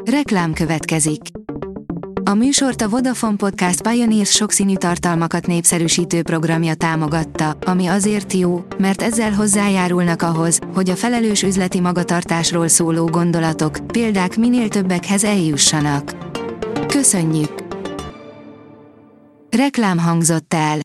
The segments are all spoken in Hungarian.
Reklám következik. A műsort a Vodafone Podcast Pioneers sokszínű tartalmakat népszerűsítő programja támogatta, ami azért jó, mert ezzel hozzájárulnak ahhoz, hogy a felelős üzleti magatartásról szóló gondolatok, példák minél többekhez eljussanak. Köszönjük! Reklám hangzott el.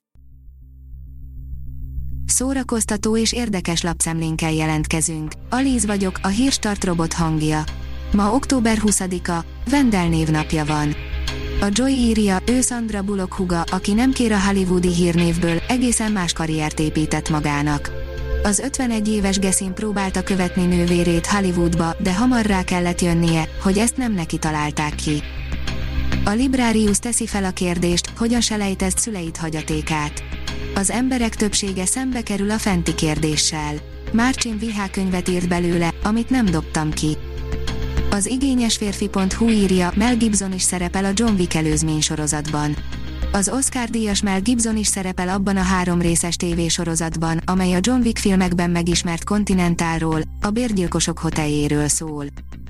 Szórakoztató és érdekes lapszemlénkkel jelentkezünk. Alíz vagyok, a Hírstart robot hangja. Ma október 20-a, Vendel névnapja van. A Joy írja, ő Sandra Bullock húga, aki nem kér a hollywoodi hírnévből, egészen más karriert épített magának. Az 51 éves Gessin próbálta követni nővérét Hollywoodba, de hamar rá kellett jönnie, hogy ezt nem neki találták ki. A Librarius teszi fel a kérdést, hogyan selejtezd szüleid hagyatékát. Az emberek többsége szembe kerül a fenti kérdéssel. Márcsin VH könyvet írt belőle, amit nem dobtam ki. Az igényesférfi.hu írja, Mel Gibson is szerepel a John Wick előzmény sorozatban. Az Oscar-díjas Mel Gibson is szerepel abban a 3 részes tévésorozatban, amely a John Wick filmekben megismert Continentalról, a bérgyilkosok hoteljéről szól.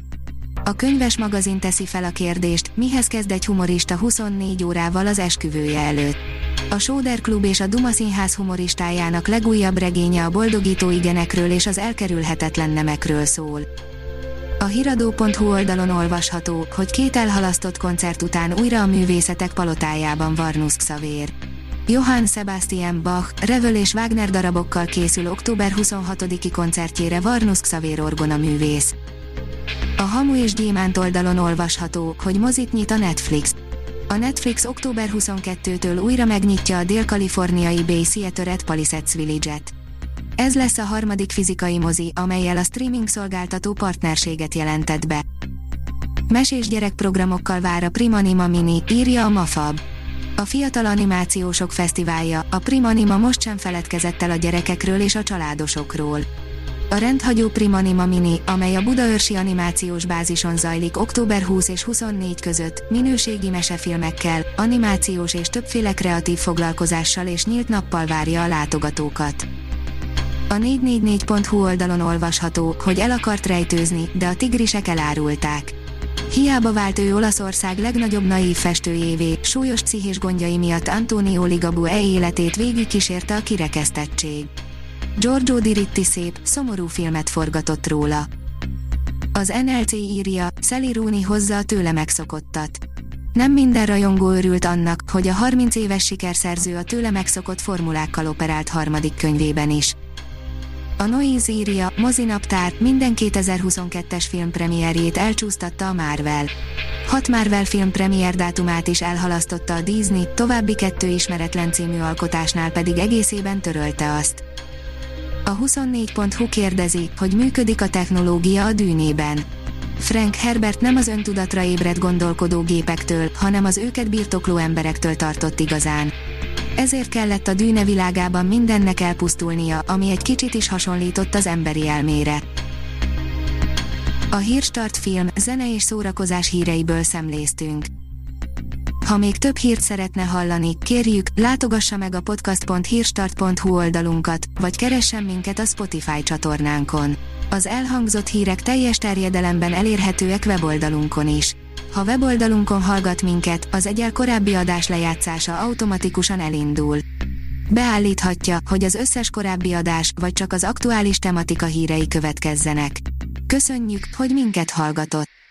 A könyves magazin teszi fel a kérdést, mihez kezd egy humorista 24 órával az esküvője előtt. A Soder Klub és a Duma Színház humoristájának legújabb regénye a boldogító igenekről és az elkerülhetetlen nemekről szól. A hiradó.hu oldalon olvasható, hogy 2 elhalasztott koncert után újra a művészetek palotájában Warnusz Xavér. Johann Sebastian Bach, Ravel és Wagner darabokkal készül október 26-i koncertjére Warnusz Xavér orgonaművész. A Hamu és Gyémánt oldalon olvasható, hogy mozit nyit a Netflix. A Netflix október 22-től újra megnyitja a dél-kaliforniai Bay Theatre-et Palisades Village-et. Ez lesz a harmadik fizikai mozi, amellyel a streaming szolgáltató partnerséget jelentett be. Mesés gyerekprogramokkal vár a Primanima Mini, írja a Mafab. A Fiatal Animációsok Fesztiválja, a Primanima most sem feledkezett el a gyerekekről és a családosokról. A rendhagyó Primanima Mini, amely a budaörsi animációs bázison zajlik október 20 és 24 között, minőségi mesefilmekkel, animációs és többféle kreatív foglalkozással és nyílt nappal várja a látogatókat. A 444.hu oldalon olvasható, hogy el akart rejtőzni, de a tigrisek elárulták. Hiába vált ő Olaszország legnagyobb naív festőjévé, súlyos pszichés gondjai miatt Antonio Ligabue életét végigkísérte a kirekesztettség. Giorgio Diritti szép, szomorú filmet forgatott róla. Az NLC írja, Sally Rooney hozza a tőle megszokottat. Nem minden rajongó örült annak, hogy a 30 éves sikerszerző a tőle megszokott formulákkal operált harmadik könyvében is. A Noise írja, mozinaptár, minden 2022-es filmpremierjét elcsúsztatta a Marvel. 6 Marvel film premier dátumát is elhalasztotta a Disney, további 2 ismeretlen című alkotásnál pedig egészében törölte azt. A 24.hu kérdezi, hogy működik a technológia a Dűnében. Frank Herbert nem az öntudatra ébredt gondolkodó gépektől, hanem az őket birtokló emberektől tartott igazán. Ezért kellett a Dűne világában mindennek elpusztulnia, ami egy kicsit is hasonlított az emberi elmére. A Hírstart film, zene és szórakozás híreiből szemléztünk. Ha még több hírt szeretne hallani, kérjük, látogassa meg a podcast.hírstart.hu oldalunkat, vagy keressen minket a Spotify csatornánkon. Az elhangzott hírek teljes terjedelemben elérhetőek weboldalunkon is. Ha weboldalunkon hallgat minket, az egyel korábbi adás lejátszása automatikusan elindul. Beállíthatja, hogy az összes korábbi adás, vagy csak az aktuális tematika hírei következzenek. Köszönjük, hogy minket hallgatott!